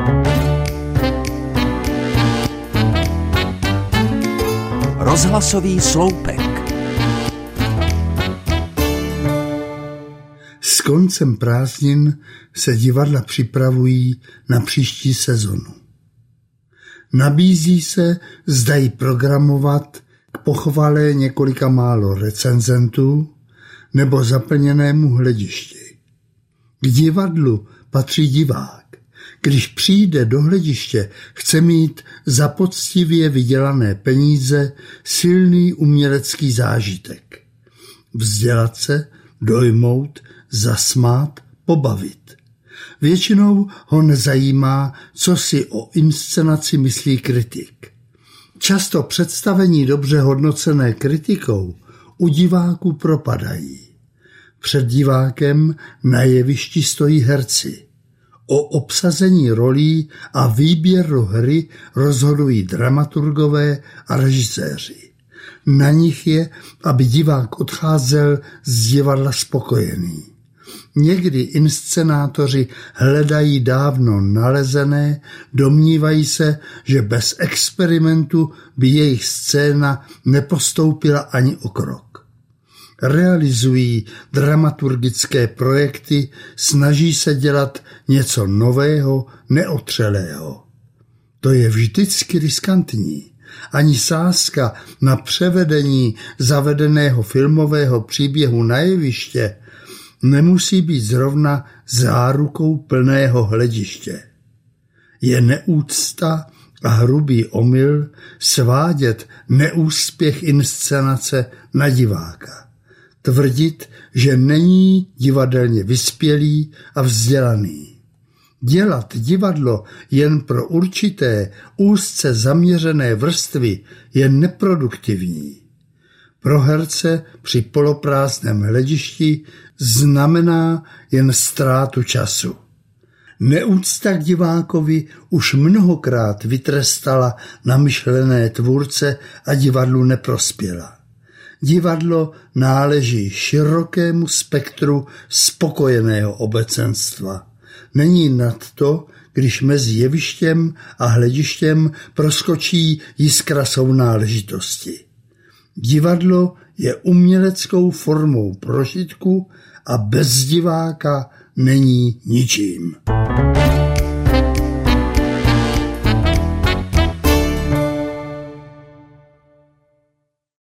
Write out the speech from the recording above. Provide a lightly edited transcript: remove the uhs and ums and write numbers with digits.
Rozhlasový sloupek. S koncem prázdnin se divadla připravují na příští sezonu. Nabízí se, zda ji programovat k pochvale několika málo recenzentů nebo zaplněnému hledišti. K divadlu patří divák. Když přijde do hlediště, chce mít za poctivě vydělané peníze silný umělecký zážitek. Vzdělat se, dojmout, zasmát, pobavit. Většinou ho nezajímá, co si o inscenaci myslí kritik. Často představení dobře hodnocené kritikou u diváků propadají. Před divákem na jevišti stojí herci. O obsazení rolí a výběru hry rozhodují dramaturgové a režiséři. Na nich je, aby divák odcházel z divadla spokojený. Někdy inscenátoři hledají dávno nalezené, domnívají se, že bez experimentu by jejich scéna nepostoupila ani o krok. Realizují dramaturgické projekty, snaží se dělat něco nového, neotřelého. To je vždycky riskantní. Ani sázka na převedení zavedeného filmového příběhu na jeviště nemusí být zrovna zárukou plného hlediště. Je neúcta a hrubý omyl svádět neúspěch inscenace na diváka. Tvrdit, že není divadelně vyspělý a vzdělaný. Dělat divadlo jen pro určité úzce zaměřené vrstvy je neproduktivní. Pro herce při poloprázdném hledišti znamená jen ztrátu času. Neúcta k divákovi už mnohokrát vytrestala namyšlené tvůrce a divadlu neprospěla. Divadlo náleží širokému spektru spokojeného obecenstva. Není nadto, když mezi jevištěm a hledištěm proskočí jiskra sounáležitosti. Divadlo je uměleckou formou prožitku a bez diváka není ničím.